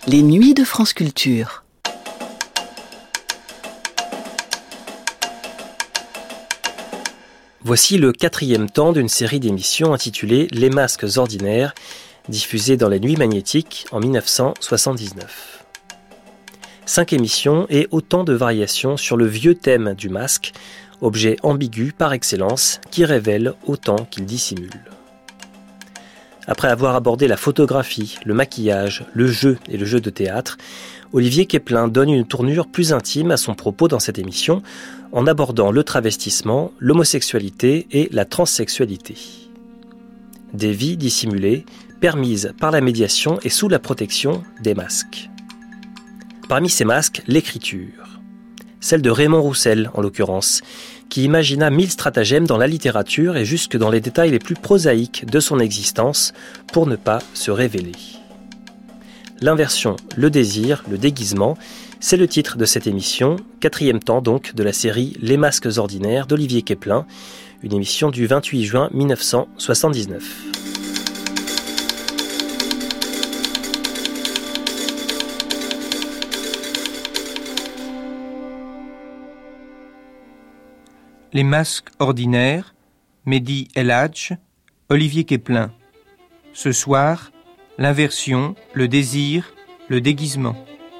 Les nuits de France Culture. Voici le 4e temps d'une série d'émissions intitulée « Les masques ordinaires », diffusée dans les Nuits magnétiques en 1979. 5 émissions et autant de variations sur le vieux thème du masque, objet ambigu par excellence qui révèle autant qu'il dissimule. Après avoir abordé la photographie, le maquillage, le jeu et le jeu de théâtre, Olivier Quéplin donne une tournure plus intime à son propos dans cette émission en abordant le travestissement, l'homosexualité et la transsexualité. Des vies dissimulées, permises par la médiation et sous la protection des masques. Parmi ces masques, l'écriture. Celle de Raymond Roussel, en l'occurrence, qui imagina 1000 stratagèmes dans la littérature et jusque dans les détails les plus prosaïques de son existence pour ne pas se révéler. L'inversion, le désir, le déguisement, c'est le titre de cette émission, 4e temps donc de la série Les masques ordinaires d'Olivier Quéplin, une émission du 28 juin 1979. Les masques ordinaires, Mehdi El Hadj, Olivier Quéplin. Ce soir, l'inversion, le désir, le déguisement.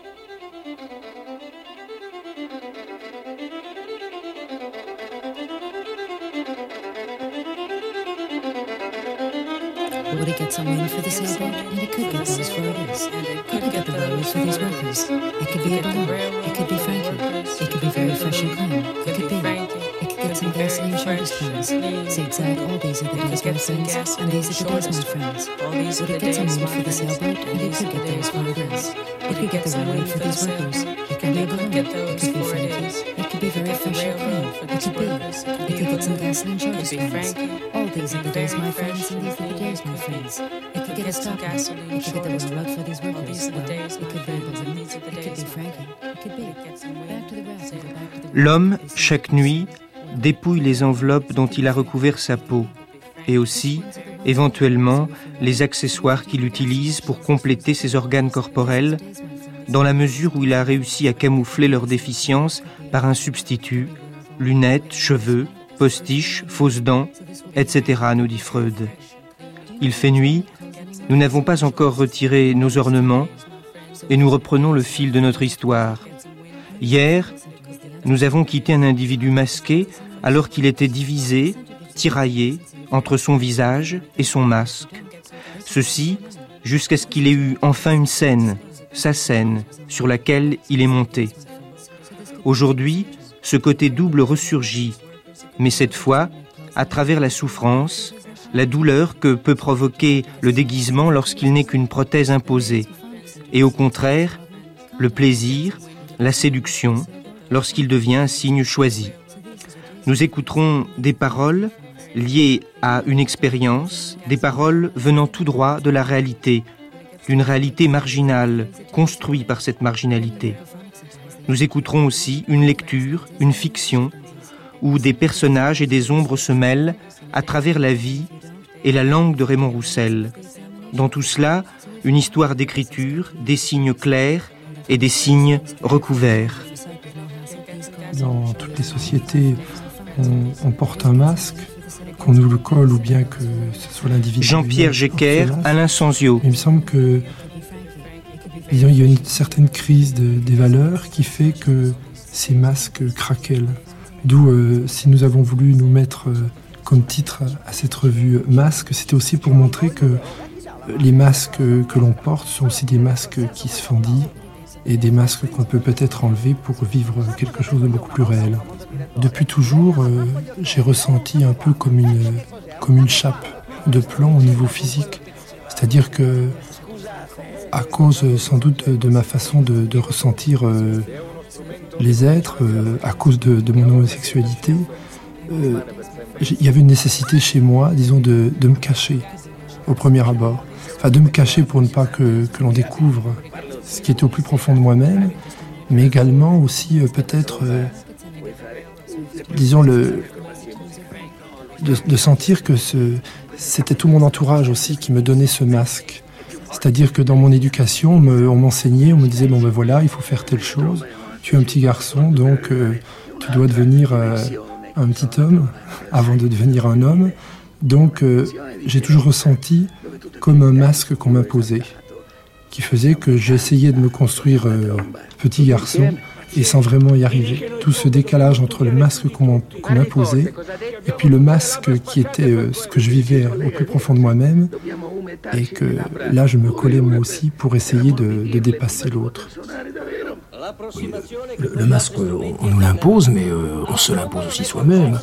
Would it get some wind for the sailboat? And it could get those for it is. Could it get the railroad for these workers? It could be a balloon. It could be Frankie. It could be very fresh and clean. It could be. It could get some gasoline shortest plans. Zigzag, all these are the days, my friends. And these are the days, my friends. Would it get some wind for the sailboat? And it could get those for it is. It could get the railroad for these workers. It could be a balloon. It could be Frankie. It could be very fresh and clean. It could be. It could get some gasoline shortest plans. All these are the days, my friends. And these are the days, my friends. It could get a stop. It could get the railroad for these workers. Well, it could be a balloon. It could be Frankie. It could be. Back to the grass. L'homme, chaque nuit, dépouille les enveloppes dont il a recouvert sa peau et aussi, éventuellement, les accessoires qu'il utilise pour compléter ses organes corporels dans la mesure où il a réussi à camoufler leurs déficiences par un substitut, lunettes, cheveux, postiches, fausses dents, etc., nous dit Freud. Il fait nuit, nous n'avons pas encore retiré nos ornements et nous reprenons le fil de notre histoire. Hier, nous avons quitté un individu masqué alors qu'il était divisé, tiraillé entre son visage et son masque. Ceci jusqu'à ce qu'il ait eu enfin une scène, sa scène, sur laquelle il est monté. Aujourd'hui, ce côté double ressurgit, mais cette fois, à travers la souffrance, la douleur que peut provoquer le déguisement lorsqu'il n'est qu'une prothèse imposée, et au contraire, le plaisir, la séduction, lorsqu'il devient un signe choisi. Nous écouterons des paroles liées à une expérience, des paroles venant tout droit de la réalité, d'une réalité marginale, construite par cette marginalité. Nous écouterons aussi une lecture, une fiction, où des personnages et des ombres se mêlent à travers la vie et la langue de Raymond Roussel. Dans tout cela, une histoire d'écriture, des signes clairs et des signes recouverts. Dans toutes les sociétés, on porte un masque, qu'on nous le colle ou bien que ce soit l'individu. Jean-Pierre Jecker, Alain Sanzio. Il me semble qu'il y a une certaine crise des valeurs qui fait que ces masques craquellent. D'où, si nous avons voulu nous mettre comme titre à cette revue Masques, c'était aussi pour montrer que les masques que l'on porte sont aussi des masques qui se fendillent et des masques qu'on peut peut-être enlever pour vivre quelque chose de beaucoup plus réel. Depuis toujours, j'ai ressenti un peu comme une chape de plomb au niveau physique. C'est-à-dire que, à cause sans doute de ma façon de ressentir les êtres, à cause de mon homosexualité, il y avait une nécessité chez moi, disons, de me cacher au premier abord. Enfin, de me cacher pour ne pas que l'on découvre ce qui était au plus profond de moi-même, mais également aussi peut-être, disons, de sentir que c'était tout mon entourage aussi qui me donnait ce masque. C'est-à-dire que dans mon éducation, on m'enseignait, on me disait, bon ben voilà, il faut faire telle chose. Tu es un petit garçon, donc tu dois devenir un petit homme avant de devenir un homme. Donc j'ai toujours ressenti comme un masque qu'on m'imposait, qui faisait que j'essayais de me construire petit garçon et sans vraiment y arriver. Tout ce décalage entre le masque qu'on m'imposait et puis le masque qui était ce que je vivais au plus profond de moi-même, et que là je me collais moi aussi pour essayer de dépasser l'autre. Oui, le masque, on nous l'impose, mais on se l'impose aussi soi-même.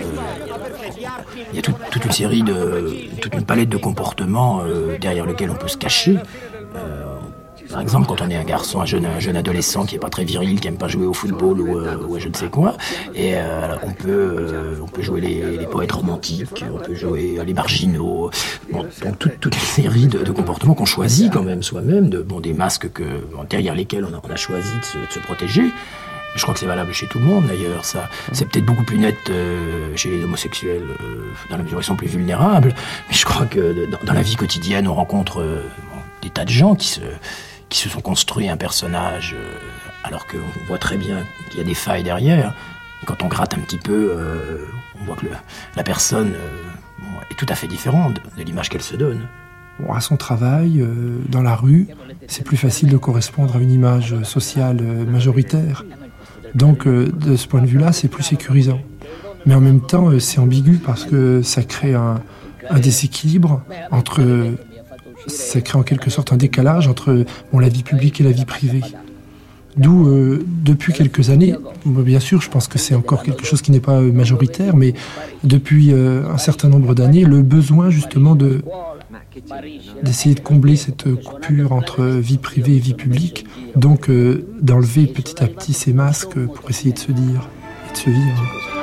Il y a toute une série toute une palette de comportements derrière lesquels on peut se cacher. Par exemple, quand on est un garçon, un jeune adolescent qui est pas très viril, qui aime pas jouer au football ou à je ne sais quoi, et on peut jouer les poètes romantiques, on peut jouer les marginaux. Bon, donc toute une série de comportements qu'on choisit quand même soi-même, des masques derrière lesquels on a choisi de se protéger. Je crois que c'est valable chez tout le monde d'ailleurs. Ça, c'est peut-être beaucoup plus net chez les homosexuels, dans la mesure où ils sont plus vulnérables. Mais je crois que dans la vie quotidienne, on rencontre des tas de gens qui se sont construits un personnage, alors qu'on voit très bien qu'il y a des failles derrière. Et quand on gratte un petit peu, on voit que la personne est tout à fait différente de l'image qu'elle se donne. Bon, à son travail, dans la rue, c'est plus facile de correspondre à une image sociale majoritaire. Donc, de ce point de vue-là, c'est plus sécurisant. Mais en même temps, c'est ambigu parce que ça crée un déséquilibre entre... Ça crée en quelque sorte un décalage entre la vie publique et la vie privée. D'où, depuis quelques années, bien sûr, je pense que c'est encore quelque chose qui n'est pas majoritaire, mais depuis un certain nombre d'années, le besoin justement d'essayer de combler cette coupure entre vie privée et vie publique, donc d'enlever petit à petit ces masques pour essayer de se dire et de se vivre.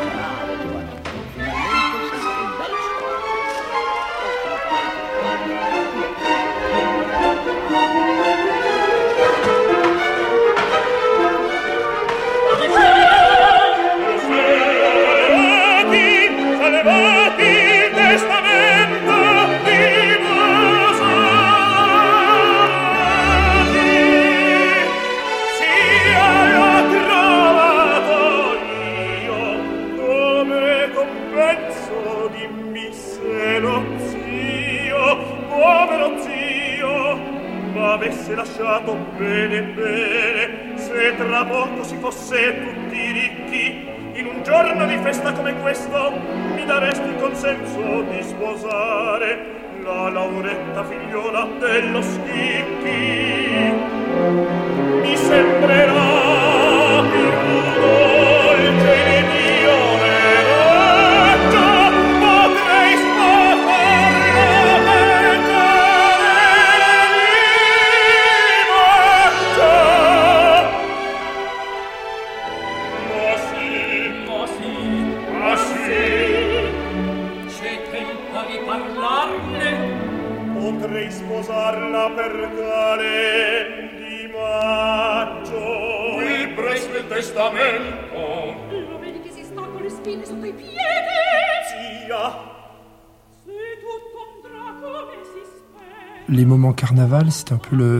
Les moments carnaval, c'est un peu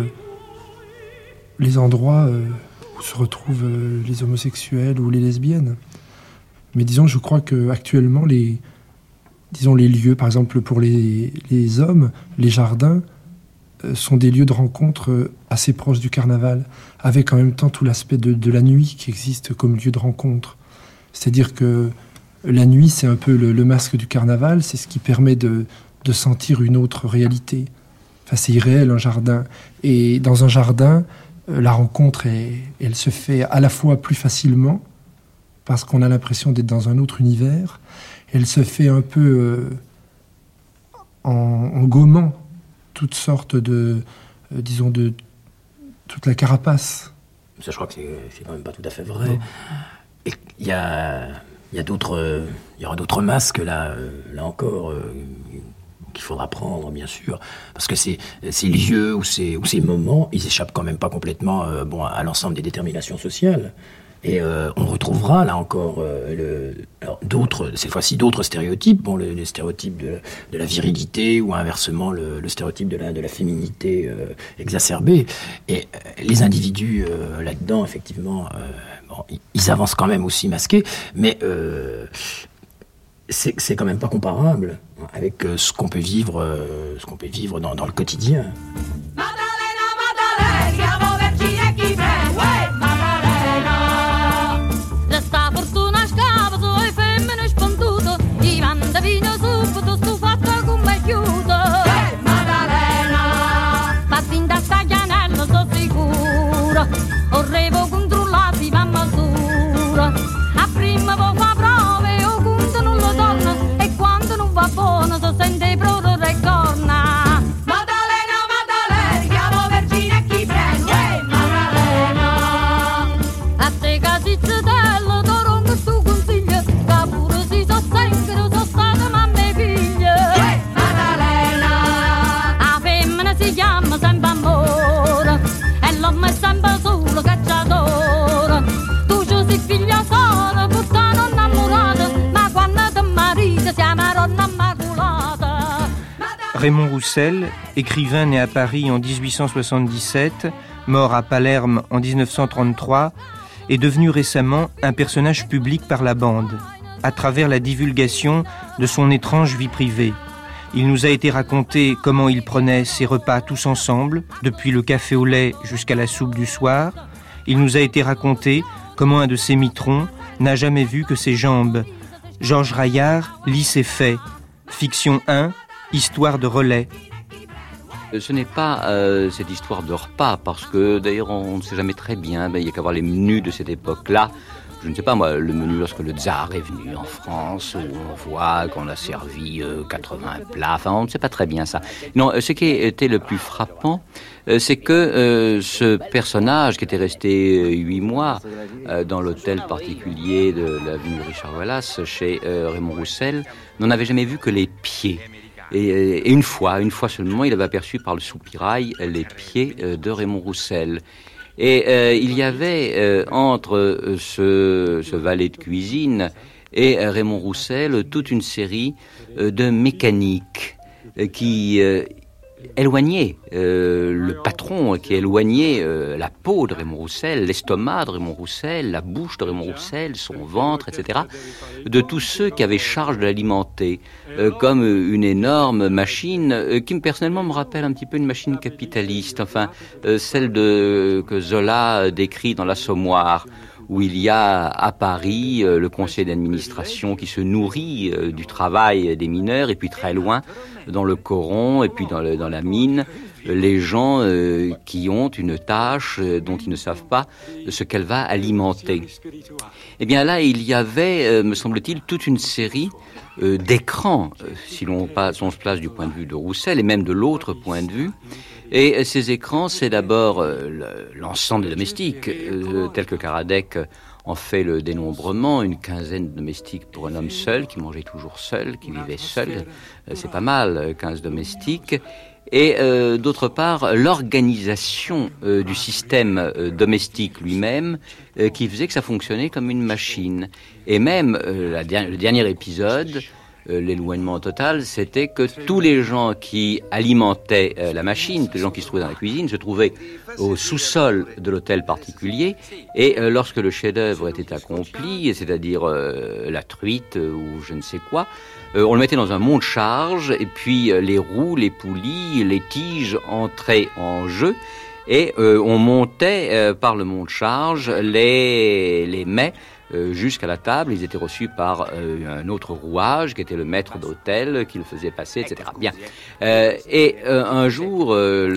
les endroits où se retrouvent les homosexuels ou les lesbiennes. Mais disons, je crois qu'actuellement, les lieux, par exemple pour les hommes, les jardins, sont des lieux de rencontre assez proches du carnaval, avec en même temps tout l'aspect de la nuit qui existe comme lieu de rencontre. C'est-à-dire que la nuit, c'est un peu le masque du carnaval, c'est ce qui permet de sentir une autre réalité. Enfin, c'est irréel, un jardin. Et dans un jardin, la rencontre, elle se fait à la fois plus facilement, parce qu'on a l'impression d'être dans un autre univers. Elle se fait un peu en gommant toutes sortes de toute la carapace. Ça, je crois que c'est quand même pas tout à fait vrai. Non. Et il y aura d'autres masques, là encore... qu'il faudra prendre, bien sûr, parce que ces lieux ou ces moments, ils échappent quand même pas complètement à l'ensemble des déterminations sociales. Et on retrouvera là encore cette fois-ci d'autres stéréotypes, le stéréotype de la virilité ou inversement le stéréotype de la féminité exacerbée. Et les individus là-dedans, effectivement, ils avancent quand même aussi masqués, mais c'est quand même pas comparable avec ce qu'on peut vivre dans le quotidien. Raymond Roussel, écrivain né à Paris en 1877, mort à Palerme en 1933, est devenu récemment un personnage public par la bande, à travers la divulgation de son étrange vie privée. Il nous a été raconté comment il prenait ses repas tous ensemble, depuis le café au lait jusqu'à la soupe du soir. Il nous a été raconté comment un de ses mitrons n'a jamais vu que ses jambes. Georges Raillard lit ses faits. Fiction 1, Histoire de relais. Ce n'est pas cette histoire de repas, parce que d'ailleurs on ne sait jamais très bien, il n'y a qu'à voir les menus de cette époque-là. Je ne sais pas moi, le menu lorsque le tsar est venu en France, où on voit qu'on a servi 80 plats, enfin on ne sait pas très bien ça. Non, ce qui était le plus frappant, c'est que ce personnage qui était resté 8 mois dans l'hôtel particulier de l'avenue Richard Wallace, chez Raymond Roussel, n'en avait jamais vu que les pieds. Et une fois seulement, il avait aperçu par le soupirail les pieds de Raymond Roussel. Et il y avait entre ce valet de cuisine et Raymond Roussel toute une série de mécaniques qui éloignaient le patron, qui éloignait la peau de Raymond Roussel, l'estomac de Raymond Roussel, la bouche de Raymond Roussel, son ventre, etc., de tous ceux qui avaient charge de l'alimenter, comme une énorme machine qui personnellement me rappelle un petit peu une machine capitaliste, enfin celle que Zola décrit dans l'Assommoir, où il y a à Paris le conseil d'administration qui se nourrit du travail des mineurs, et puis très loin, dans le coron, et puis dans la mine, les gens qui ont une tâche dont ils ne savent pas ce qu'elle va alimenter. Eh bien là, il y avait, me semble-t-il, toute une série d'écrans, si l'on se place du point de vue de Roussel, et même de l'autre point de vue. Et ces écrans, c'est d'abord l'ensemble des domestiques, tel que Karadec en fait le dénombrement, une quinzaine de domestiques pour un homme seul, qui mangeait toujours seul, qui vivait seul. C'est pas mal, 15 domestiques. Et d'autre part, l'organisation du système domestique lui-même, qui faisait que ça fonctionnait comme une machine. Et même, le dernier épisode, l'éloignement total, c'était que tous les gens qui alimentaient la machine, tous les gens qui se trouvaient dans la cuisine, se trouvaient au sous-sol de l'hôtel particulier, et lorsque le chef-d'œuvre était accompli, c'est-à-dire la truite ou je ne sais quoi, on le mettait dans un monte-charge, et puis les roues, les poulies, les tiges entraient en jeu, et on montait par le monte-charge les mets jusqu'à la table. Ils étaient reçus par un autre rouage qui était le maître d'hôtel qui le faisait passer, etc. Bien. Et un jour,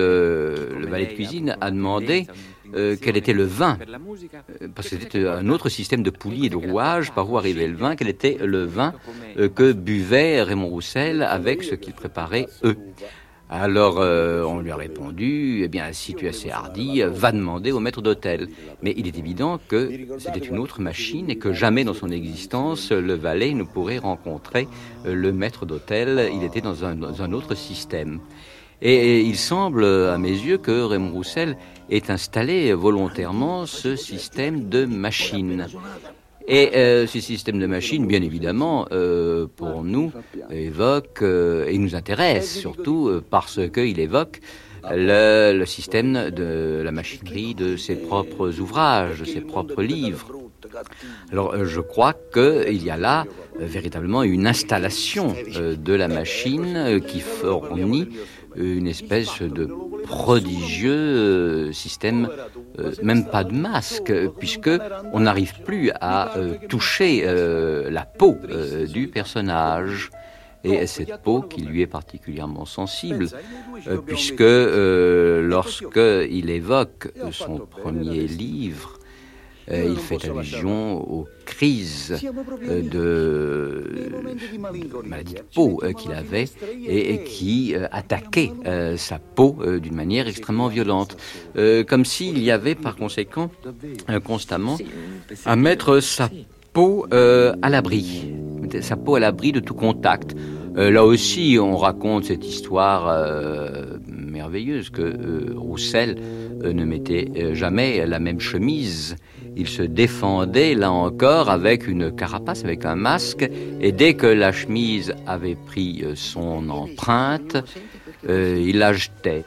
le valet de cuisine a demandé quel était le vin, parce que c'était un autre système de poulies et de rouages par où arrivait le vin, quel était le vin que buvait Raymond Roussel avec ce qu'ils préparaient eux. Alors, on lui a répondu, eh bien, si tu es assez hardi, va demander au maître d'hôtel. Mais il est évident que c'était une autre machine et que jamais dans son existence, le valet ne pourrait rencontrer le maître d'hôtel. Il était dans un autre système. Et il semble, à mes yeux, que Raymond Roussel ait installé volontairement ce système de machine. Et ce système de machine, bien évidemment, pour nous, évoque et nous intéresse surtout parce qu'il évoque le système de la machinerie de ses propres ouvrages, de ses propres livres. Alors, je crois qu'il y a là véritablement une installation de la machine qui fournit une espèce de prodigieux système, même pas de masque, puisque on n'arrive plus à toucher la peau du personnage. Et cette peau qui lui est particulièrement sensible, puisque lorsqu'il évoque son premier livre, il fait allusion aux crises de maladie de peau qu'il avait et qui attaquaient sa peau d'une manière extrêmement violente. Comme s'il y avait par conséquent constamment à mettre sa peau à l'abri de tout contact. Là aussi, on raconte cette histoire merveilleuse que Roussel ne mettait jamais la même chemise. Il se défendait, là encore, avec une carapace, avec un masque, et dès que la chemise avait pris son empreinte, il la jetait.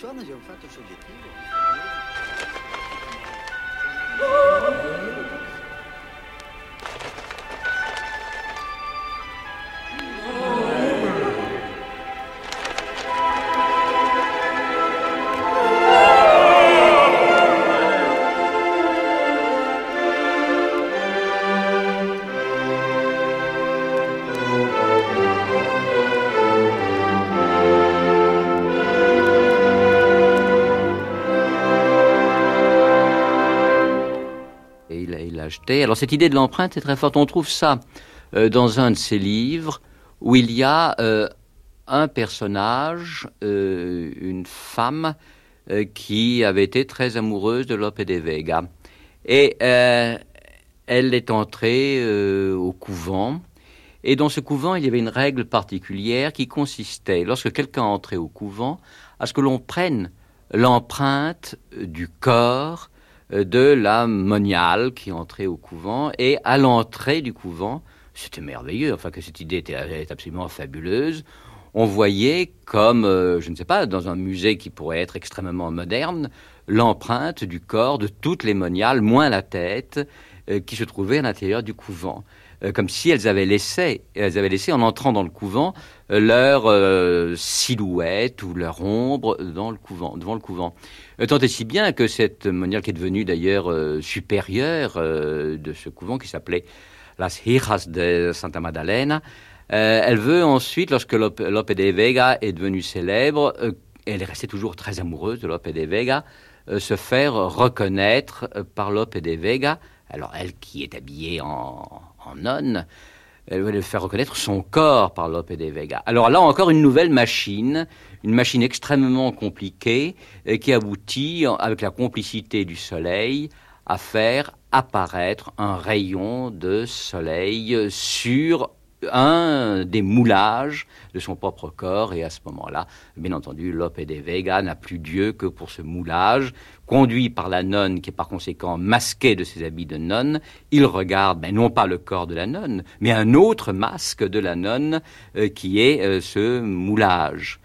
Alors cette idée de l'empreinte est très forte. On trouve ça dans un de ses livres où il y a un personnage, une femme qui avait été très amoureuse de Lope de Vega. Et elle est entrée au couvent. Et dans ce couvent, il y avait une règle particulière qui consistait, lorsque quelqu'un entrait au couvent, à ce que l'on prenne l'empreinte du corps de la moniale qui entrait au couvent, et à l'entrée du couvent, c'était merveilleux, enfin que cette idée était absolument fabuleuse, on voyait comme, je ne sais pas, dans un musée qui pourrait être extrêmement moderne, l'empreinte du corps de toutes les moniales, moins la tête, qui se trouvaient à l'intérieur du couvent. Comme si elles avaient laissé en entrant dans le couvent leur silhouette ou leur ombre devant le couvent. Tant et si bien que cette moniale, qui est devenue d'ailleurs supérieure de ce couvent, qui s'appelait Las Hijas de Santa Madalena, elle veut ensuite, lorsque Lope de Vega est devenue célèbre, elle est restée toujours très amoureuse de Lope de Vega, se faire reconnaître par Lope de Vega. Alors elle, qui est habillée en nonne, elle veut faire reconnaître son corps par Lope de Vega. Alors là encore une nouvelle machine, une machine extrêmement compliquée qui aboutit, avec la complicité du soleil, à faire apparaître un rayon de soleil sur un des moulages de son propre corps. Et à ce moment-là, bien entendu, Lope de Vega n'a plus Dieu que pour ce moulage. Conduit par la nonne, qui est par conséquent masquée de ses habits de nonne, il regarde, non pas le corps de la nonne, mais un autre masque de la nonne, qui est ce moulage.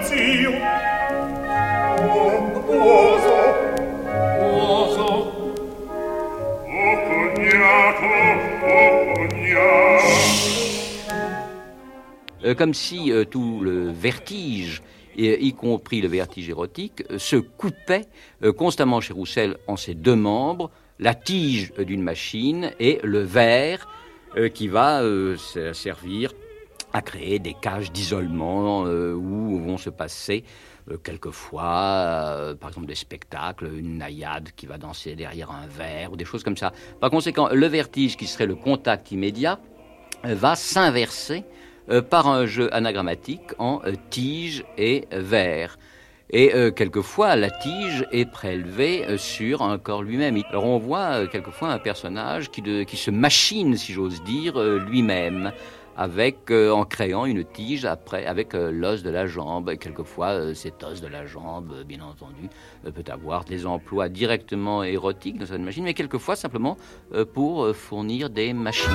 Comme si tout le vertige, y compris le vertige érotique, se coupait constamment chez Roussel en ses deux membres, la tige d'une machine et le verre qui va servir à créer des cages d'isolement où vont se passer quelquefois, par exemple, des spectacles, une naïade qui va danser derrière un verre ou des choses comme ça. Par conséquent, le vertige, qui serait le contact immédiat, va s'inverser par un jeu anagrammatique en tige et verre. Et quelquefois, la tige est prélevée sur un corps lui-même. Alors on voit quelquefois un personnage qui se machine, si j'ose dire, lui-même, en créant une tige avec l'os de la jambe. Et quelquefois, cet os de la jambe, bien entendu, peut avoir des emplois directement érotiques dans cette machine, mais quelquefois simplement pour fournir des machines.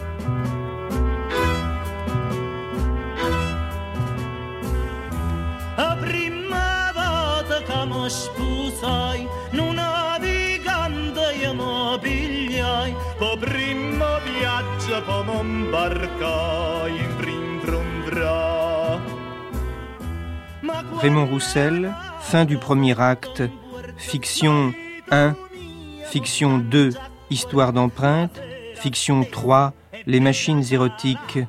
Raymond Roussel, fin du premier acte, fiction 1, fiction 2, histoire d'empreinte, fiction 3, les machines érotiques.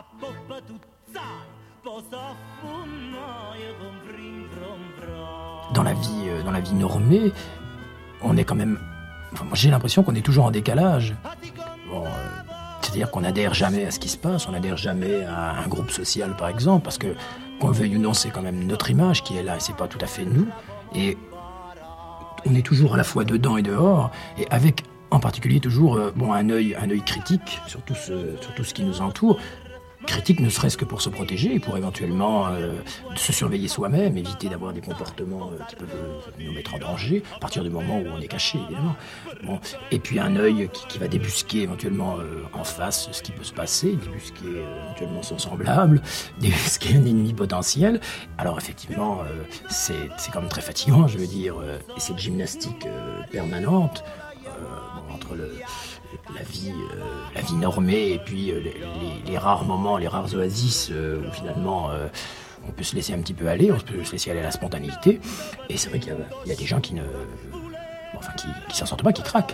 Dans la vie normée, on est quand même... moi, j'ai l'impression qu'on est toujours en décalage. Bon, c'est-à-dire qu'on n'adhère jamais à ce qui se passe, on n'adhère jamais à un groupe social, par exemple, parce que, qu'on le veuille ou non, c'est quand même notre image qui est là, et c'est pas tout à fait nous. Et on est toujours à la fois dedans et dehors, et avec, en particulier, toujours un œil critique sur tout ce qui nous entoure. Critique ne serait-ce que pour se protéger et pour éventuellement se surveiller soi-même, éviter d'avoir des comportements qui peuvent nous mettre en danger, à partir du moment où on est caché, évidemment. Bon. Et puis un œil qui va débusquer éventuellement en face ce qui peut se passer, débusquer éventuellement son semblable, débusquer un ennemi potentiel. Alors effectivement, c'est quand même très fatigant, je veux dire, et cette gymnastique permanente entre la vie normée et puis les rares moments, les rares oasis où finalement on peut se laisser un petit peu aller, on peut se laisser aller à la spontanéité. Et c'est vrai qu'il y a des gens qui s'en sortent pas, qui craquent.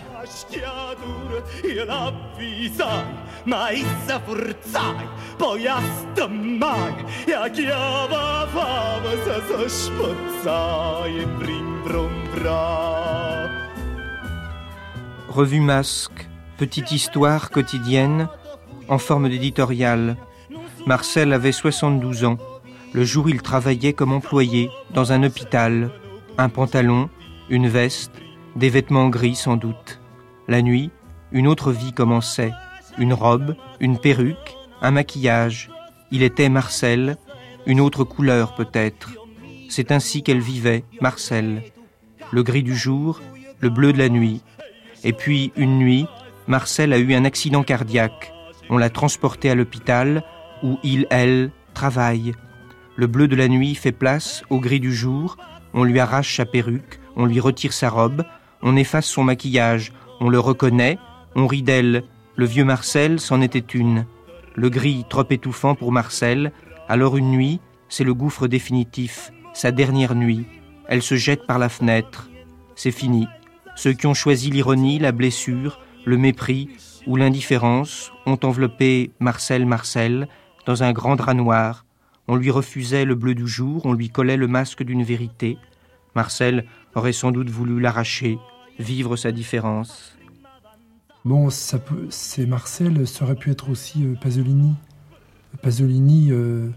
Revue Masque, petite histoire quotidienne en forme d'éditorial. Marcel avait 72 ans. Le jour, il travaillait comme employé dans un hôpital. Un pantalon, une veste, des vêtements gris sans doute. La nuit, une autre vie commençait. Une robe, une perruque, un maquillage. Il était Marcel, une autre couleur peut-être. C'est ainsi qu'elle vivait, Marcel. Le gris du jour, le bleu de la nuit. Et puis, une nuit, Marcel a eu un accident cardiaque. On l'a transporté à l'hôpital où elle, travaille. Le bleu de la nuit fait place au gris du jour. On lui arrache sa perruque, on lui retire sa robe, on efface son maquillage, on le reconnaît, on rit d'elle. Le vieux Marcel, c'en était une. Le gris, trop étouffant pour Marcel. Alors une nuit, c'est le gouffre définitif, sa dernière nuit. Elle se jette par la fenêtre. C'est fini. Ceux qui ont choisi l'ironie, la blessure, le mépris ou l'indifférence ont enveloppé Marcel dans un grand drap noir. On lui refusait le bleu du jour, on lui collait le masque d'une vérité. Marcel aurait sans doute voulu l'arracher, vivre sa différence. Bon, c'est Marcel, ça aurait pu être aussi Pasolini. Pasolini, le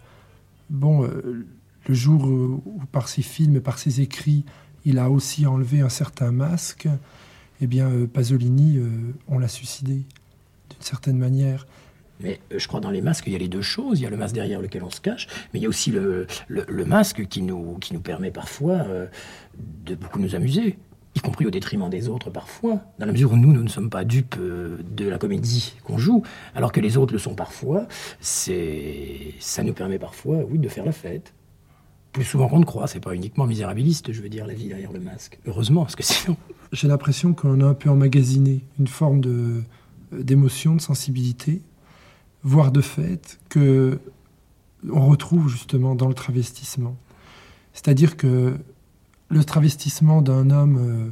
jour où par ses films, par ses écrits, il a aussi enlevé un certain masque, eh bien, Pasolini, on l'a suicidé, d'une certaine manière. Mais je crois dans les masques, il y a les deux choses. Il y a le masque derrière lequel on se cache, mais il y a aussi le masque qui nous permet parfois de beaucoup nous amuser, y compris au détriment des autres parfois, dans la mesure où nous ne sommes pas dupes de la comédie qu'on joue, alors que les autres le sont parfois. Ça nous permet parfois, oui, de faire la fête. plus souvent qu'on ne croit. C'est pas uniquement misérabiliste, je veux dire, la vie derrière le masque. Heureusement, parce que sinon... J'ai l'impression qu'on a un peu emmagasiné une forme d'émotion, de sensibilité, voire de fait, que on retrouve justement dans le travestissement. C'est-à-dire que le travestissement d'un homme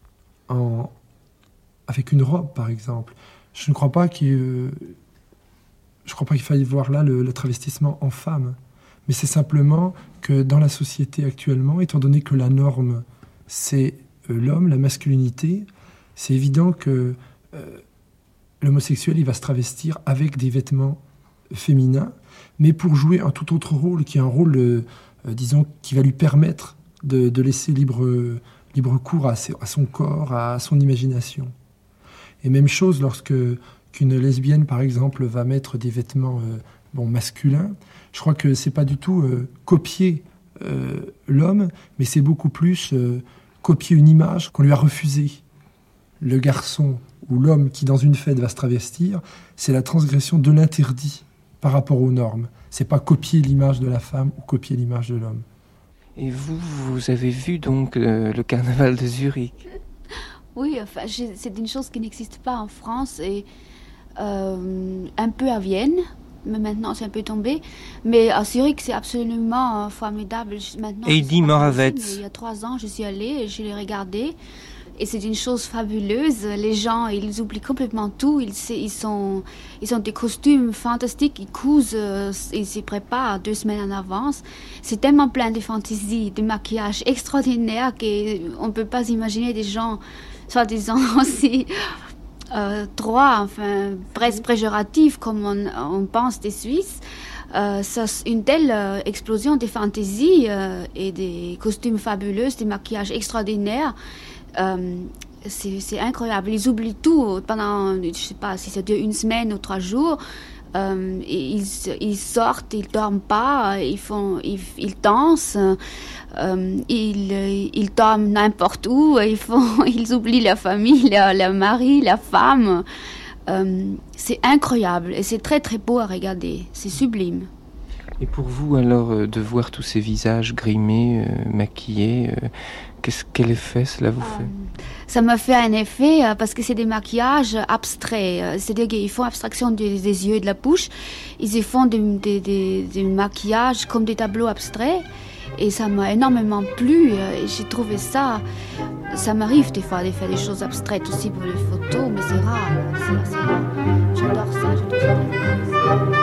avec une robe, par exemple, je ne crois pas qu'il faille voir là le travestissement en femme. Mais c'est simplement que dans la société actuellement, étant donné que la norme, c'est l'homme, la masculinité, c'est évident que l'homosexuel, il va se travestir avec des vêtements féminins, mais pour jouer un tout autre rôle, qui est un rôle, disons, qui va lui permettre de laisser libre cours à son corps, à son imagination. Et même chose qu'une lesbienne, par exemple, va mettre des vêtements masculins. Je crois que c'est pas du tout copier l'homme, mais c'est beaucoup plus copier une image qu'on lui a refusée. Le garçon ou l'homme qui, dans une fête, va se travestir, c'est la transgression de l'interdit par rapport aux normes. C'est pas copier l'image de la femme ou copier l'image de l'homme. Et vous avez vu donc le carnaval de Zurich? Oui, enfin, c'est une chose qui n'existe pas en France et un peu à Vienne, mais maintenant c'est un peu tombé. Mais à Zurich, c'est absolument formidable. Maintenant, Heidi Moravec. Il y a 3 ans, je suis allée et je l'ai regardé. Et c'est une chose fabuleuse. Les gens, ils oublient complètement tout. Ils ont des costumes fantastiques. Ils cousent, ils s'y préparent 2 semaines en avance. C'est tellement plein de fantaisie, de maquillage extraordinaire qu'on ne peut pas imaginer des gens, soi-disant aussi droits, enfin presque péjoratifs, comme on pense des Suisses. Une telle explosion de fantaisie et des costumes fabuleux, des maquillages extraordinaires. C'est incroyable. Ils oublient tout pendant, je ne sais pas si c'est 1 semaine ou 3 jours. Ils sortent, ils ne dorment pas, ils dansent, ils dorment n'importe où, ils oublient leur famille, leur mari, leur femme. C'est incroyable et c'est très très beau à regarder. C'est sublime. Et pour vous alors, de voir tous ces visages grimés, maquillés, quel effet cela vous fait? Ça me fait un effet parce que c'est des maquillages abstraits. C'est-à-dire qu'ils font abstraction des yeux et de la bouche. Ils y font des maquillages comme des tableaux abstraits. Et ça m'a énormément plu. Et j'ai trouvé ça... Ça m'arrive des fois de faire des choses abstraites aussi pour les photos, mais c'est rare. C'est assez rare. J'adore ça. J'adore ça.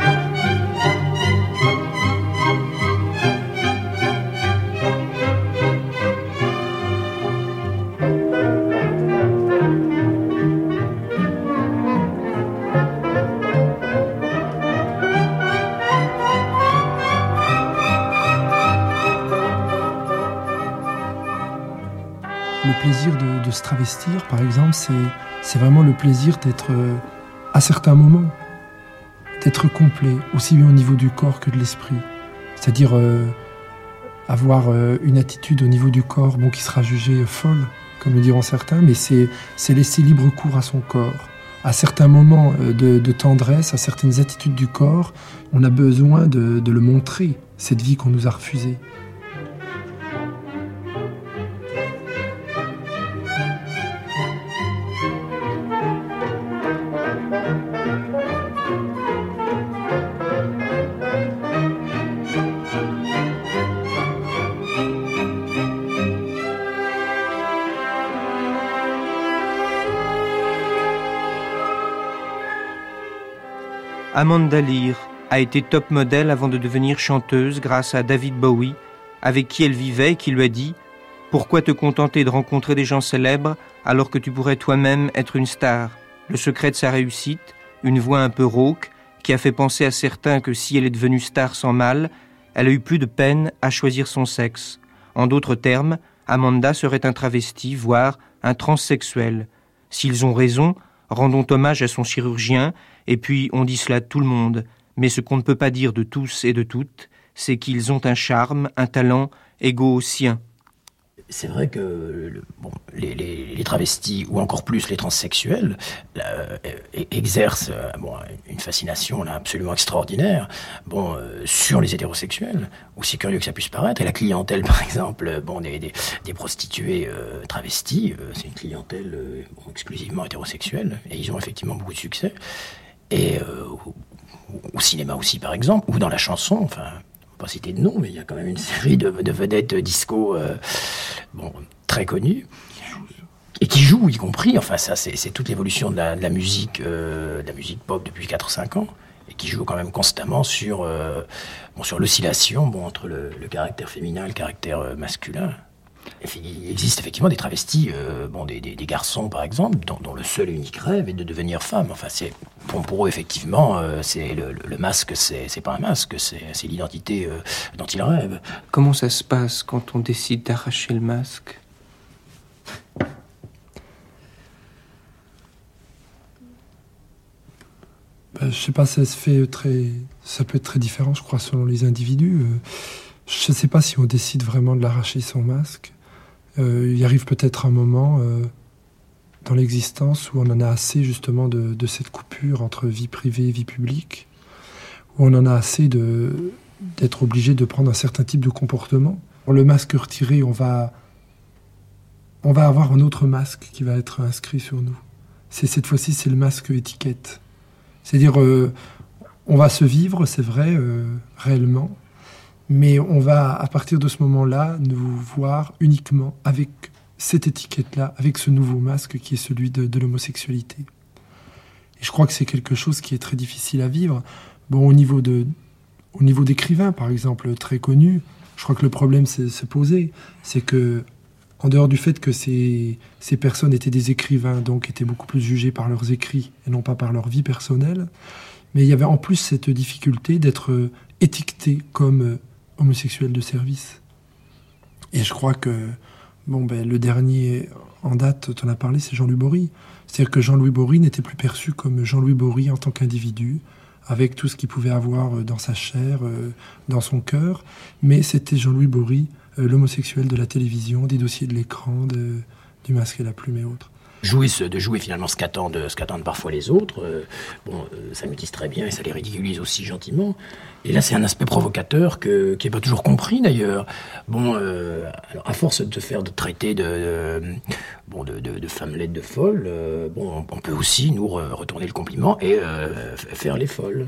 Le plaisir de se travestir, par exemple, c'est vraiment le plaisir d'être, à certains moments, d'être complet, aussi bien au niveau du corps que de l'esprit. C'est-à-dire avoir une attitude au niveau du corps qui sera jugée folle, comme le diront certains, mais c'est laisser libre cours à son corps. À certains moments de tendresse, à certaines attitudes du corps, on a besoin de le montrer, cette vie qu'on nous a refusée. Amanda Lear a été top modèle avant de devenir chanteuse grâce à David Bowie, avec qui elle vivait et qui lui a dit « Pourquoi te contenter de rencontrer des gens célèbres alors que tu pourrais toi-même être une star ?» Le secret de sa réussite, une voix un peu rauque, qui a fait penser à certains que si elle est devenue star sans mal, elle a eu plus de peine à choisir son sexe. En d'autres termes, Amanda serait un travesti, voire un transsexuel. S'ils ont raison, rendons hommage à son chirurgien, et puis on dit cela de tout le monde. Mais ce qu'on ne peut pas dire de tous et de toutes, c'est qu'ils ont un charme, un talent égaux au sien. c'est vrai que les travestis, ou encore plus les transsexuels, exercent une fascination là, absolument extraordinaire sur les hétérosexuels, aussi curieux que ça puisse paraître. Et la clientèle, par exemple, des prostituées travestis, c'est une clientèle exclusivement hétérosexuelle, et ils ont effectivement beaucoup de succès. Et au cinéma aussi, par exemple, ou dans la chanson, enfin... pas citer de nom, mais il y a quand même une série de vedettes disco très connues et qui jouent, y compris, enfin ça c'est toute l'évolution de la musique pop depuis 4-5 ans, et qui joue quand même constamment sur l'oscillation entre le caractère féminin et le caractère masculin. Il existe effectivement des travestis, des garçons par exemple, dont le seul et unique rêve est de devenir femme. Enfin, c'est pour eux effectivement, c'est le masque, c'est pas un masque, c'est l'identité dont ils rêvent. Comment ça se passe quand on décide d'arracher le masque ? Je sais pas, ça peut être très différent, je crois, selon les individus. Je ne sais pas si on décide vraiment de l'arracher son masque. Il arrive peut-être un moment dans l'existence où on en a assez justement de cette coupure entre vie privée et vie publique, où on en a assez d'être obligé de prendre un certain type de comportement. Pour le masque retiré, on va avoir un autre masque qui va être inscrit sur nous. Cette fois-ci, c'est le masque étiquette. C'est-à-dire, on va se vivre, c'est vrai, réellement, mais on va, à partir de ce moment-là, nous voir uniquement avec cette étiquette-là, avec ce nouveau masque qui est celui de l'homosexualité. Et je crois que c'est quelque chose qui est très difficile à vivre. Au niveau d'écrivains, par exemple, très connus, je crois que le problème se posait. C'est que, en dehors du fait que ces personnes étaient des écrivains, donc étaient beaucoup plus jugés par leurs écrits et non pas par leur vie personnelle, mais il y avait en plus cette difficulté d'être étiquetés comme homosexuels de service. Et je crois que le dernier en date, tu en as parlé, c'est Jean-Louis Bory. C'est-à-dire que Jean-Louis Bory n'était plus perçu comme Jean-Louis Bory en tant qu'individu, avec tout ce qu'il pouvait avoir dans sa chair, dans son cœur, mais c'était Jean-Louis Bory, l'homosexuel de la télévision, des dossiers de l'écran, du Masque et la Plume et autres. De jouer finalement ce qu'attendent parfois les autres, ça m'utilise très bien et ça les ridiculise aussi gentiment. Et là, c'est un aspect provocateur qui n'est pas toujours compris d'ailleurs. Alors à force de te traiter de femmelette de folle, on peut aussi nous retourner le compliment et faire les folles.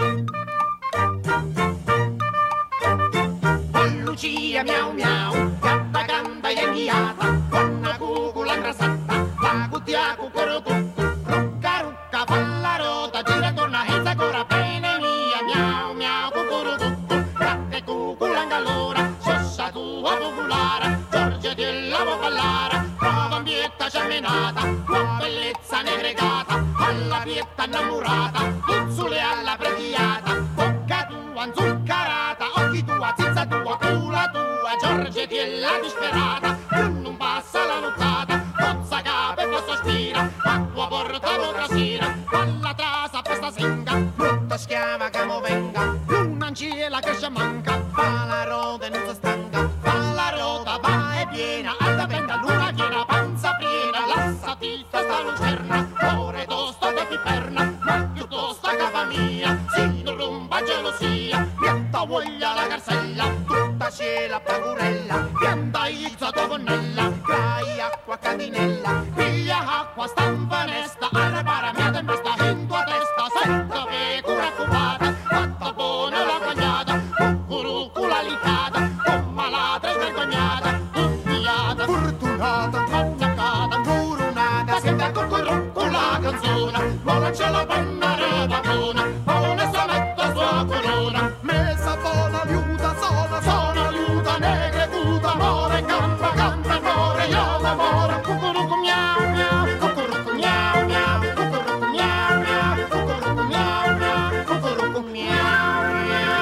Lucia miau miau, gatta gamba yengiata, donna cucula ingrassata, la cutia cucurucuccu, rucca rucca falla rota, gira torna e s'ancora bene mia, miau miau cucurucuccu, gatta e cucula ingallora, sossa tua cuculara, Giorgio ti la può ballare, prova ambietta sciaminata, tua bellezza negregata, alla pietta innamorata, puzzule alla prediata, bocca tua inzuccarata, occhi tua, zizza tua, culla tua, Giorgio ti è la disperata, non passa la nottata, cozza capo e poi sospira, a tua porta trasira, alla trasa questa senga, brutta schiava che mo venga, un'ancella che ci manca, fa la rota e non si stanca, fa la rota, va e piena, alta penga, luna piena, panza piena, la satita sta lucerna, cuore tosto da piperna, ma piuttosto a capa mia, si non rompa gelosia, piatta voglia la garzella, tutta ciela pagurella, pianta izza tovonnella, cai acqua catinella, piglia acqua stampa nesta, arrepara mia tempesta in tua testa, sento che cura occupata, fatta buona la cognata, cucurucula licata, con malata svergognata, umiliata, fortunata, connaccata, curunata, senta cucurucula canzona, ma non ce la panna repapona, buona sa metta sua corona, messa buona liuta, sono liuta, negre puta, more, campa, more, io l'amore, cucurucu miau miau, cucurucu miau miau, cucurucu miau miau, cucurucu miau miau, cucurucu miau miau.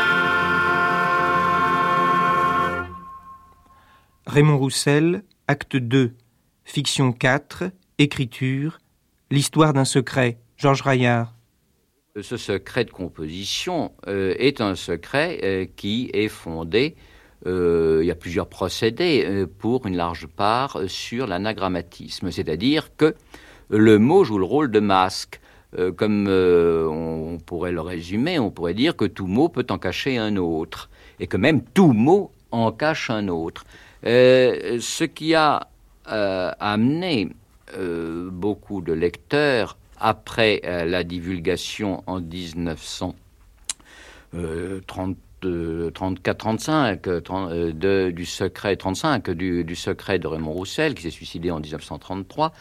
Raymond Roussel, acte 2, fiction 4, écriture, l'histoire d'un secret, Georges Raillard. Ce secret de composition est un secret qui est fondé il y a plusieurs procédés pour une large part sur l'anagrammatisme, c'est-à-dire que le mot joue le rôle de masque. Comme on pourrait le résumer, on pourrait dire que tout mot peut en cacher un autre, et que même tout mot en cache un autre. Ce qui a amené beaucoup de lecteurs, après la divulgation en 1934-35 du secret 35 du secret de Raymond Roussel, qui s'est suicidé en 1933,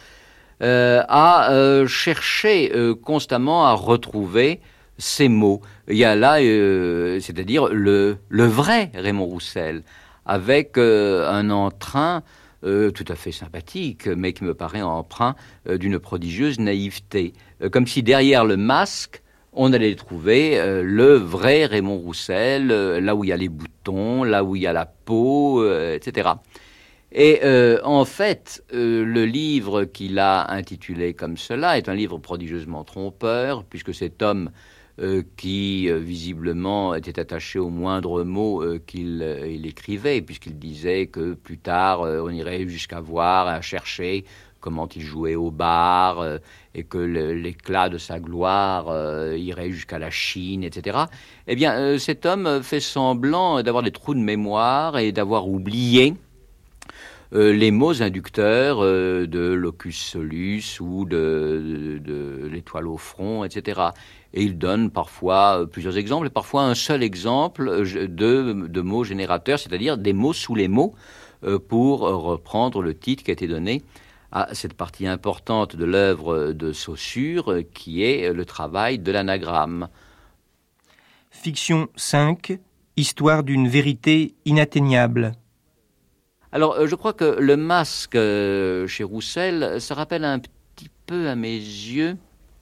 à chercher constamment à retrouver ces mots. Il y a là, c'est-à-dire le vrai Raymond Roussel, avec un entrain tout à fait sympathique, mais qui me paraît empreint d'une prodigieuse naïveté. Comme si derrière le masque, on allait trouver le vrai Raymond Roussel, là où il y a les boutons, là où il y a la peau, etc. Et en fait, le livre qu'il a intitulé comme cela est un livre prodigieusement trompeur, puisque cet homme qui visiblement était attaché au moindre mot qu'il écrivait, puisqu'il disait que plus tard on irait jusqu'à voir, à chercher comment il jouait au bar, et que l'éclat de sa gloire irait jusqu'à la Chine, etc. Eh bien, cet homme fait semblant d'avoir des trous de mémoire et d'avoir oublié les mots inducteurs de locus solus ou de l'étoile au front, etc. Et il donne parfois plusieurs exemples, et parfois un seul exemple de mots générateurs, c'est-à-dire des mots sous les mots, pour reprendre le titre qui a été donné à cette partie importante de l'œuvre de Saussure, qui est le travail de l'anagramme. Fiction 5, histoire d'une vérité inatteignable. Alors, je crois que le masque chez Roussel, ça rappelle un petit peu à mes yeux,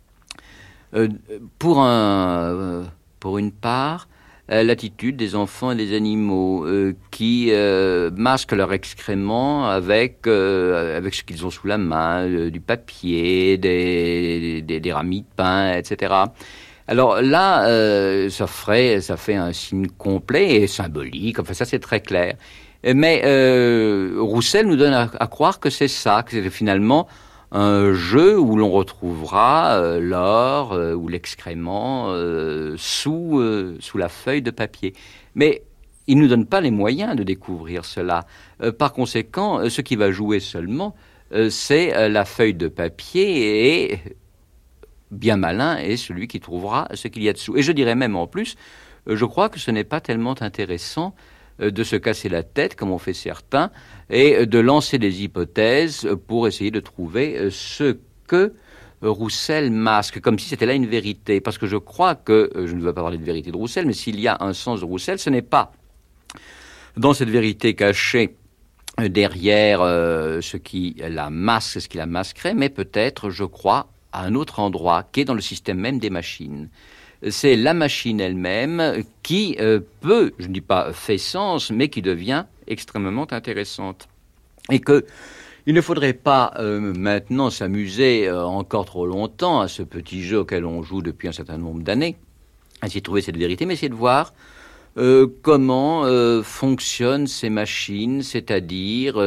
pour une part, l'attitude des enfants et des animaux qui masquent leur excrément avec ce qu'ils ont sous la main, du papier, des ramis de pain, etc. Alors là, ça fait un signe complet et symbolique, enfin ça c'est très clair. Mais Roussel nous donne à croire que c'est ça, que c'est finalement un jeu où l'on retrouvera l'or ou l'excrément sous la feuille de papier. Mais il ne nous donne pas les moyens de découvrir cela. Par conséquent, ce qui va jouer seulement, c'est la feuille de papier, et bien malin est celui qui trouvera ce qu'il y a dessous. Et je dirais même en plus, je crois que ce n'est pas tellement intéressant de se casser la tête, comme ont fait certains, et de lancer des hypothèses pour essayer de trouver ce que Roussel masque, comme si c'était là une vérité. Parce que je crois que, je ne veux pas parler de vérité de Roussel, mais s'il y a un sens de Roussel, ce n'est pas dans cette vérité cachée derrière ce qui la masque, ce qui la masquerait, mais peut-être, je crois, à un autre endroit, qui est dans le système même des machines. C'est la machine elle-même qui peut, je ne dis pas fait sens, mais qui devient extrêmement intéressante. Et que il ne faudrait pas maintenant s'amuser encore trop longtemps à ce petit jeu auquel on joue depuis un certain nombre d'années, à essayer de trouver cette vérité, mais essayer de voir comment fonctionnent ces machines, c'est-à-dire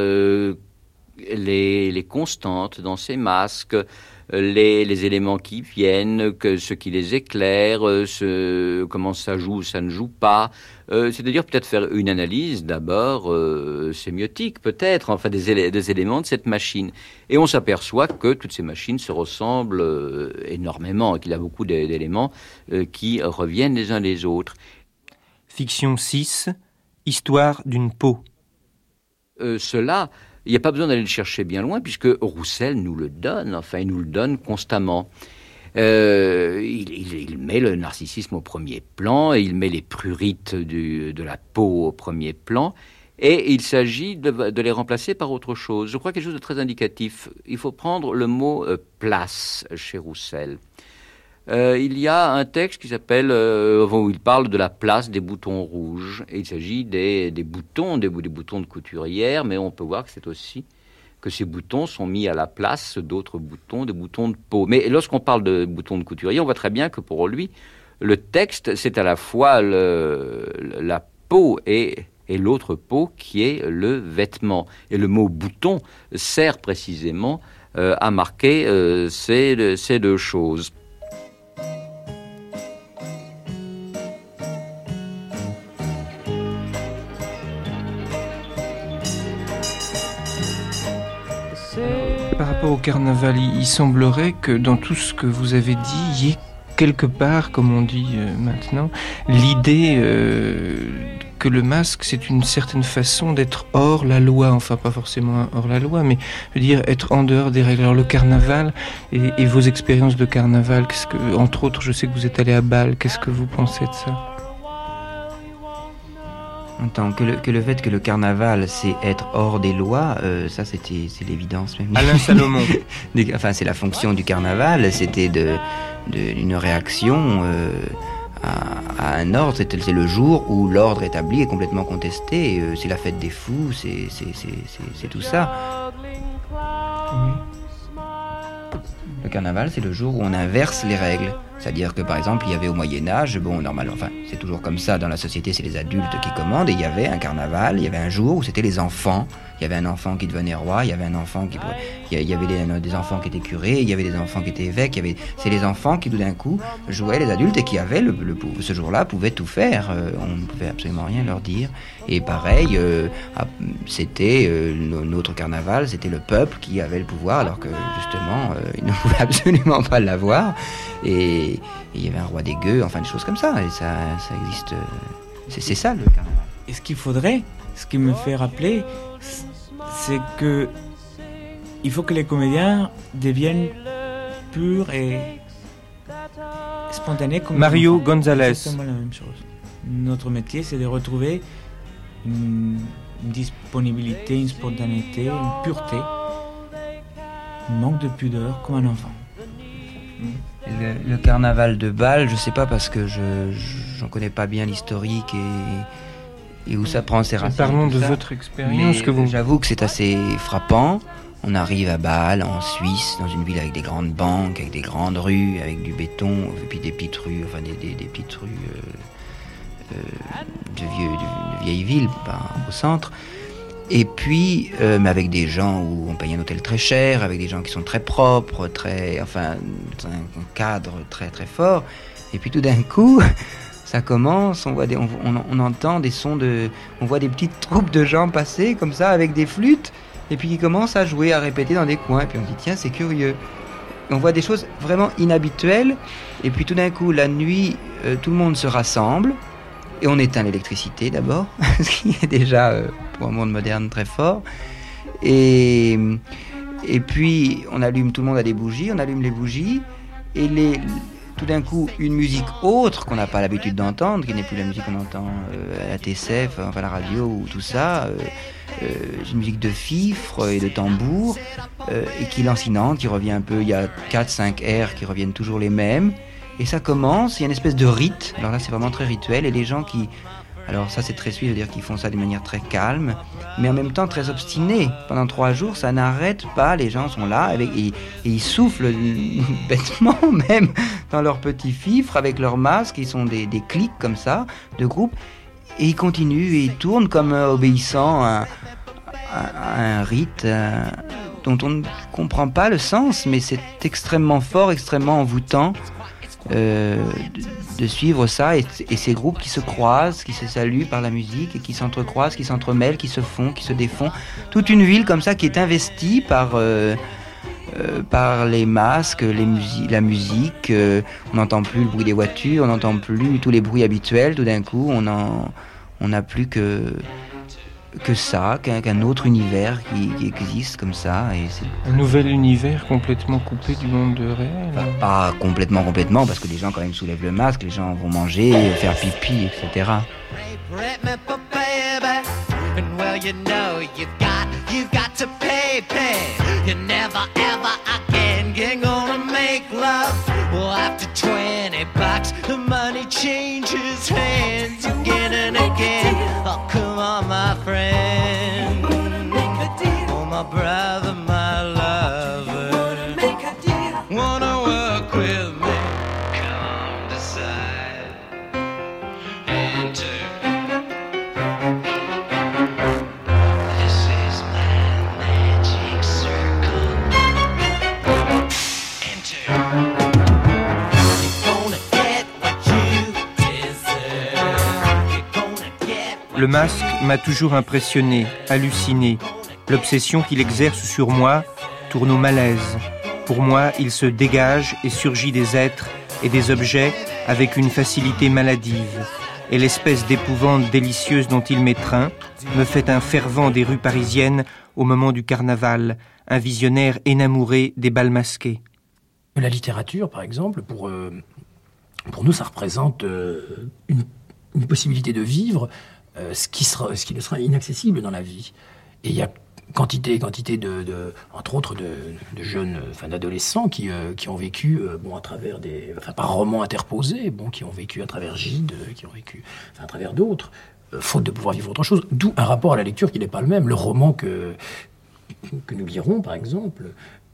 les constantes dans ces masques, les éléments qui viennent, ce qui les éclaire, comment ça joue, ça ne joue pas. C'est-à-dire peut-être faire une analyse d'abord sémiotique, peut-être, enfin des éléments de cette machine. Et on s'aperçoit que toutes ces machines se ressemblent énormément, qu'il y a beaucoup d'éléments qui reviennent les uns les autres. Fiction 6, histoire d'une peau. Cela... Il n'y a pas besoin d'aller le chercher bien loin, puisque Roussel nous le donne, enfin, il nous le donne constamment. Il met le narcissisme au premier plan, et il met les prurites de la peau au premier plan, et il s'agit de les remplacer par autre chose. Je crois quelque chose de très indicatif. Il faut prendre le mot « place » chez Roussel. Il y a un texte qui s'appelle où il parle de la place des boutons rouges. Et il s'agit des boutons de couturière, mais on peut voir que c'est aussi que ces boutons sont mis à la place d'autres boutons, des boutons de peau. Mais lorsqu'on parle de boutons de couturière, on voit très bien que pour lui, le texte, c'est à la fois la peau et et l'autre peau qui est le vêtement. Et le mot bouton sert précisément à marquer ces deux choses. Par rapport au carnaval, il semblerait que dans tout ce que vous avez dit, il y ait quelque part, comme on dit maintenant, l'idée que le masque, c'est une certaine façon d'être hors la loi, enfin pas forcément hors la loi, mais je veux dire être en dehors des règles. Alors le carnaval et vos expériences de carnaval, entre autres, je sais que vous êtes allé à Bâle, qu'est-ce que vous pensez de ça ? Tant que le fait que le carnaval, c'est être hors des lois, ça c'est l'évidence même. Alain Salomon. Enfin, c'est la fonction du carnaval, c'était une réaction à un ordre. C'est le jour où l'ordre établi est complètement contesté. C'est la fête des fous, c'est tout ça. Oui. Le carnaval, c'est le jour où on inverse les règles. C'est-à-dire que, par exemple, il y avait au Moyen-Âge, normalement, enfin, c'est toujours comme ça dans la société, c'est les adultes qui commandent, et il y avait un carnaval, il y avait un jour où c'était les enfants. Il y avait un enfant qui devenait roi, il y avait un enfant il y avait des enfants qui étaient curés, il y avait des enfants qui étaient évêques, c'est les enfants qui, tout d'un coup, jouaient les adultes et qui avaient, ce jour-là, pouvaient tout faire. On ne pouvait absolument rien leur dire. Et pareil, c'était notre carnaval, c'était le peuple qui avait le pouvoir, alors que, justement, il ne pouvait absolument pas l'avoir. Et il y avait un roi des gueux, enfin des choses comme ça, et ça existe. C'est ça le carnaval. Et ce qu'il faudrait, ce qui me fait rappeler, c'est que il faut que les comédiens deviennent purs et spontanés comme Mario Gonzalez. C'est exactement la même chose. Notre métier, c'est de retrouver une disponibilité, une spontanéité, une pureté, un manque de pudeur comme un enfant. Le carnaval de Bâle, je sais pas parce que j'en connais pas bien l'historique et où ça prend ses racines. Parlons de votre expérience. J'avoue que c'est assez frappant. On arrive à Bâle, en Suisse, dans une ville avec des grandes banques, avec des grandes rues, avec du béton, et puis des petites rues, enfin des petites rues de vieilles villes, au centre. Et puis, mais avec des gens où on paye un hôtel très cher, avec des gens qui sont très propres, un cadre très très fort. Et puis tout d'un coup, ça commence, on entend des sons on voit des petites troupes de gens passer comme ça avec des flûtes, et puis ils commencent à jouer, à répéter dans des coins. Et puis on dit tiens, c'est curieux. Et on voit des choses vraiment inhabituelles. Et puis tout d'un coup, la nuit, tout le monde se rassemble. Et on éteint l'électricité d'abord, ce qui est déjà, pour un monde moderne, très fort. Et puis, tout le monde a des bougies, on allume les bougies, et tout d'un coup, une musique autre qu'on n'a pas l'habitude d'entendre, qui n'est plus la musique qu'on entend à la TCF, enfin la radio ou tout ça, une musique de fifre et de tambour, et qui est lancinante, qui revient un peu, il y a 4-5 airs qui reviennent toujours les mêmes. Et ça commence, il y a une espèce de rite, alors là c'est vraiment très rituel, et les gens alors ça c'est très suisse, c'est-à-dire qu'ils font ça d'une manière très calme, mais en même temps très obstinée. Pendant 3 jours, ça n'arrête pas, les gens sont là, et ils soufflent bêtement même dans leurs petits fifres, avec leurs masques, ils sont des clics comme ça, de groupes, et ils continuent, et ils tournent comme obéissant à un rite dont on ne comprend pas le sens, mais c'est extrêmement fort, extrêmement envoûtant. De suivre ça et ces groupes qui se croisent, qui se saluent par la musique et qui s'entrecroisent, qui s'entremêlent, qui se font, qui se défont. Toute une ville comme ça qui est investie par les masques, la musique. On n'entend plus le bruit des voitures, on n'entend plus tous les bruits habituels. Tout d'un coup, on n'a plus que ça, qu'un autre univers qui existe comme ça. Et c'est un nouvel univers complètement coupé du monde réel. Pas complètement, parce que les gens quand même soulèvent le masque, les gens vont manger, faire pipi, etc. Oh, come on, my friend. Oh, my brother, my lover. Wanna work with me? Come decide. Enter. masque m'a toujours impressionné, halluciné. L'obsession qu'il exerce sur moi tourne au malaise. Pour moi, il se dégage et surgit des êtres et des objets avec une facilité maladive. Et l'espèce d'épouvante délicieuse dont il m'étreint me fait un fervent des rues parisiennes au moment du carnaval, un visionnaire énamouré des bals masqués. La littérature, par exemple, pour nous, ça représente une possibilité de vivre ce qui ne sera inaccessible dans la vie. Et il y a quantité entre autres de jeunes, d'adolescents qui ont vécu à travers par romans interposés, qui ont vécu à travers Gide, qui ont vécu à travers d'autres, faute de pouvoir vivre autre chose. D'où un rapport à la lecture qui n'est pas le même. Le roman que nous lirons, par exemple,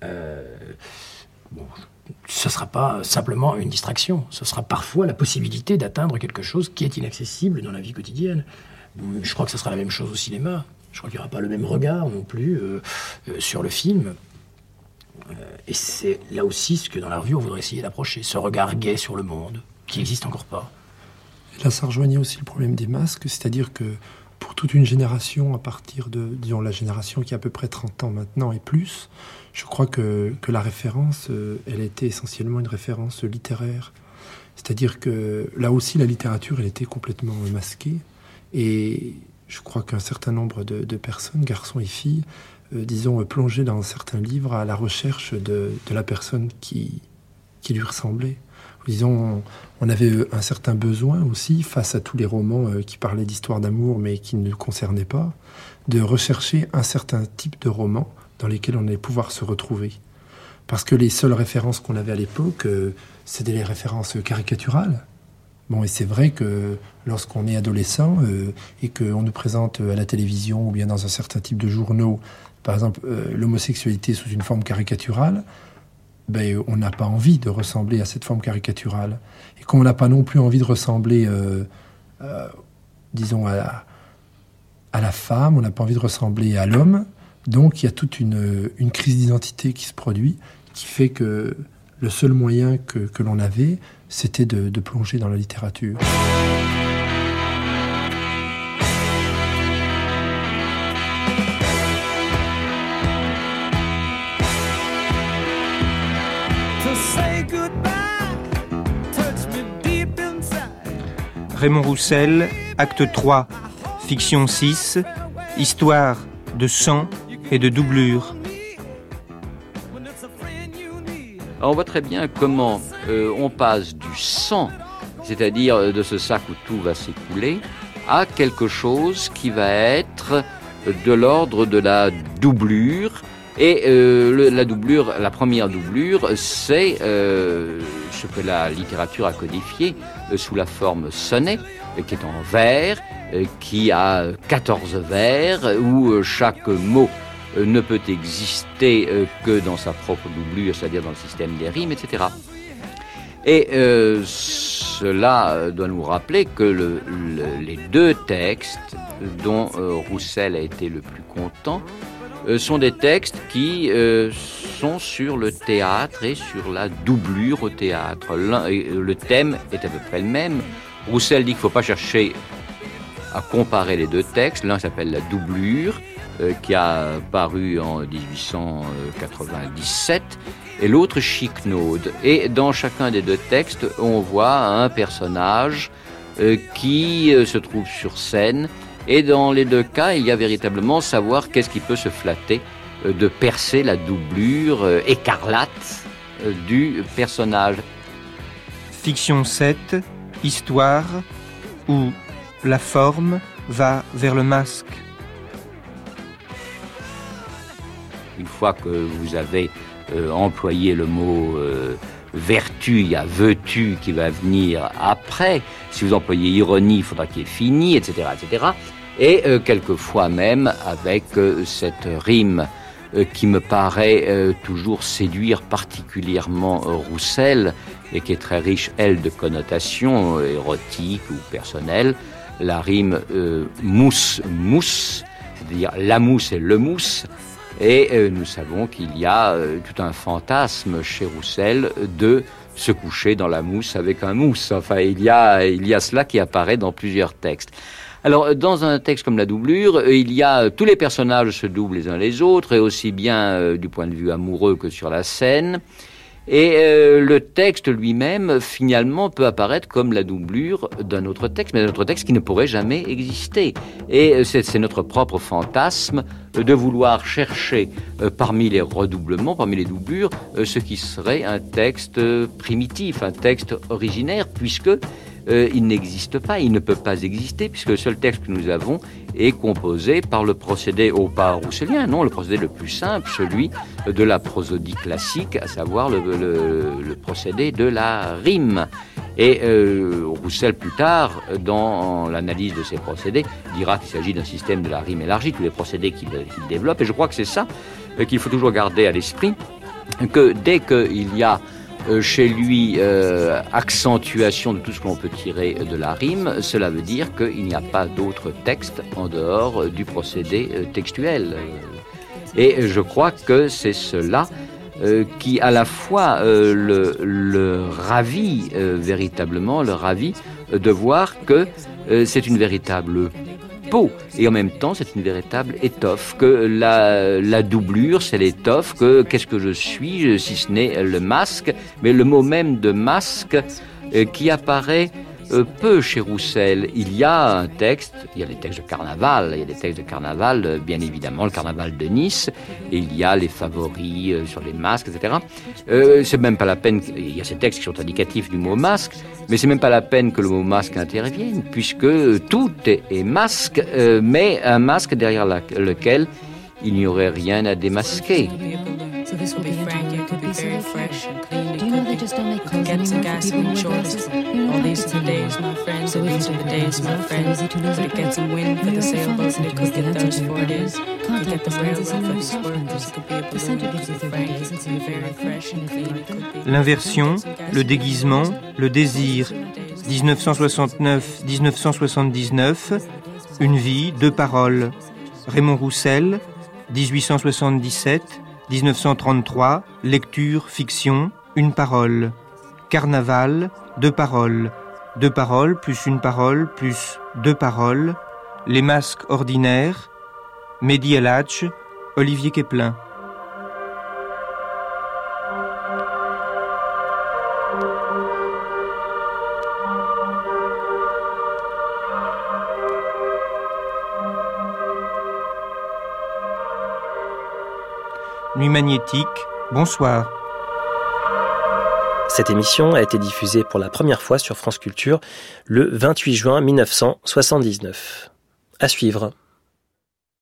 ce ne sera pas simplement une distraction. Ce sera parfois la possibilité d'atteindre quelque chose qui est inaccessible dans la vie quotidienne. Je crois que ce sera la même chose au cinéma. Je crois qu'il n'y aura pas le même regard non plus sur le film. Et c'est là aussi ce que dans la revue on voudrait essayer d'approcher, ce regard gai sur le monde, qui n'existe encore pas. Et là, ça rejoignait aussi le problème des masques, c'est-à-dire que pour toute une génération, à partir de, disons, la génération qui a à peu près 30 ans maintenant et plus, je crois que la référence, elle était essentiellement une référence littéraire. C'est-à-dire que là aussi, la littérature, elle était complètement masquée. Et je crois qu'un certain nombre de personnes, garçons et filles, plongeaient dans certains livres à la recherche de la personne qui lui ressemblait. Disons, on avait un certain besoin aussi, face à tous les romans qui parlaient d'histoire d'amour mais qui ne le concernaient pas, de rechercher un certain type de roman dans lesquels on allait pouvoir se retrouver. Parce que les seules références qu'on avait à l'époque, c'était les références caricaturales. Bon, et c'est vrai que lorsqu'on est adolescent et qu'on nous présente à la télévision ou bien dans un certain type de journaux, par exemple, l'homosexualité sous une forme caricaturale, on n'a pas envie de ressembler à cette forme caricaturale. Et comme on n'a pas non plus envie de ressembler, à la femme, on n'a pas envie de ressembler à l'homme, donc il y a toute une crise d'identité qui se produit, qui fait que le seul moyen que l'on avait, c'était de plonger dans la littérature. Raymond Roussel, acte 3, fiction 6, histoire de sang et de doublure. Alors on voit très bien comment on passe du sang, c'est-à-dire de ce sac où tout va s'écouler, à quelque chose qui va être de l'ordre de la doublure. Et la première doublure, c'est ce que la littérature a codifié sous la forme sonnet, qui est en vers, qui a 14 vers, où chaque mot ne peut exister que dans sa propre doublure, c'est-à-dire dans le système des rimes, etc. Et cela doit nous rappeler que les deux textes dont Roussel a été le plus content sont des textes qui sont sur le théâtre et sur la doublure au théâtre. Le thème est à peu près le même. Roussel dit qu'il ne faut pas chercher à comparer les deux textes. L'un s'appelle La doublure, qui a paru en 1897, et l'autre Chiquenaude. Et dans chacun des deux textes, on voit un personnage qui se trouve sur scène. Et dans les deux cas, il y a véritablement savoir qu'est-ce qui peut se flatter de percer la doublure écarlate du personnage. Fiction 7, histoire où la forme va vers le masque. Une fois que vous avez employé le mot vertu, il y a veux-tu qui va venir après. Si vous employez ironie, il faudra qu'il y ait fini, etc., etc. Et quelquefois même avec cette rime qui me paraît toujours séduire particulièrement Roussel et qui est très riche, elle, de connotations érotiques ou personnelles, la rime mousse-mousse, c'est-à-dire la mousse et le mousse. Et nous savons qu'il y a tout un fantasme chez Roussel de se coucher dans la mousse avec un mousse. Enfin, il y a cela qui apparaît dans plusieurs textes. Alors, dans un texte comme La Doublure, il y a tous les personnages se doublent les uns les autres, et aussi bien du point de vue amoureux que sur la scène. Et le texte lui-même, finalement, peut apparaître comme la doublure d'un autre texte, mais d'un autre texte qui ne pourrait jamais exister. Et c'est notre propre fantasme de vouloir chercher parmi les redoublements, parmi les doublures, ce qui serait un texte primitif, un texte originaire, puisque il n'existe pas, il ne peut pas exister, puisque le seul texte que nous avons est composé par le procédé, pas rousselien, non, le procédé le plus simple, celui de la prosodie classique, à savoir le procédé de la rime. Et Roussel, plus tard, dans l'analyse de ces procédés, dira qu'il s'agit d'un système de la rime élargie, tous les procédés qu'il développe. Et je crois que c'est ça qu'il faut toujours garder à l'esprit, que dès qu'il y a chez lui accentuation de tout ce que l'on peut tirer de la rime, cela veut dire qu'il n'y a pas d'autre texte en dehors du procédé textuel. Et je crois que c'est cela qui à la fois le ravit véritablement, le ravit de voir que c'est une véritable peau, et en même temps c'est une véritable étoffe, que la doublure c'est l'étoffe, que qu'est-ce que je suis si ce n'est le masque, mais le mot même de masque qui apparaît peu chez Roussel. Il y a un texte, il y a des textes de carnaval, bien évidemment, le carnaval de Nice, et il y a les favoris sur les masques, etc. C'est même pas la peine, il y a ces textes qui sont indicatifs du mot masque, mais c'est même pas la peine que le mot masque intervienne, puisque tout est masque, mais un masque derrière lequel il n'y aurait rien à démasquer. So this will be frank, it could be very fresh and clean. Do you know they just don't make clothes anymore for people who wear glasses? All these are the days, my friends, and these are the days, my friends. But it gets some wind for the sailboats, and it could get those 4 days. Could get the railroad for the squirters. It could be a balloon, it could be frank, it could be very fresh and clean. It could be... L'inversion, le déguisement, le désir. 1969-1979, Une vie, 2 paroles. Raymond Roussel, 1877-1933, lecture, fiction, 1 parole. Carnaval, 2 paroles. 2 paroles plus 1 parole plus 2 paroles. Les masques ordinaires, Mehdi El Hadj, Olivier Keplin. Nuit magnétique, bonsoir. Cette émission a été diffusée pour la première fois sur France Culture le 28 juin 1979. À suivre.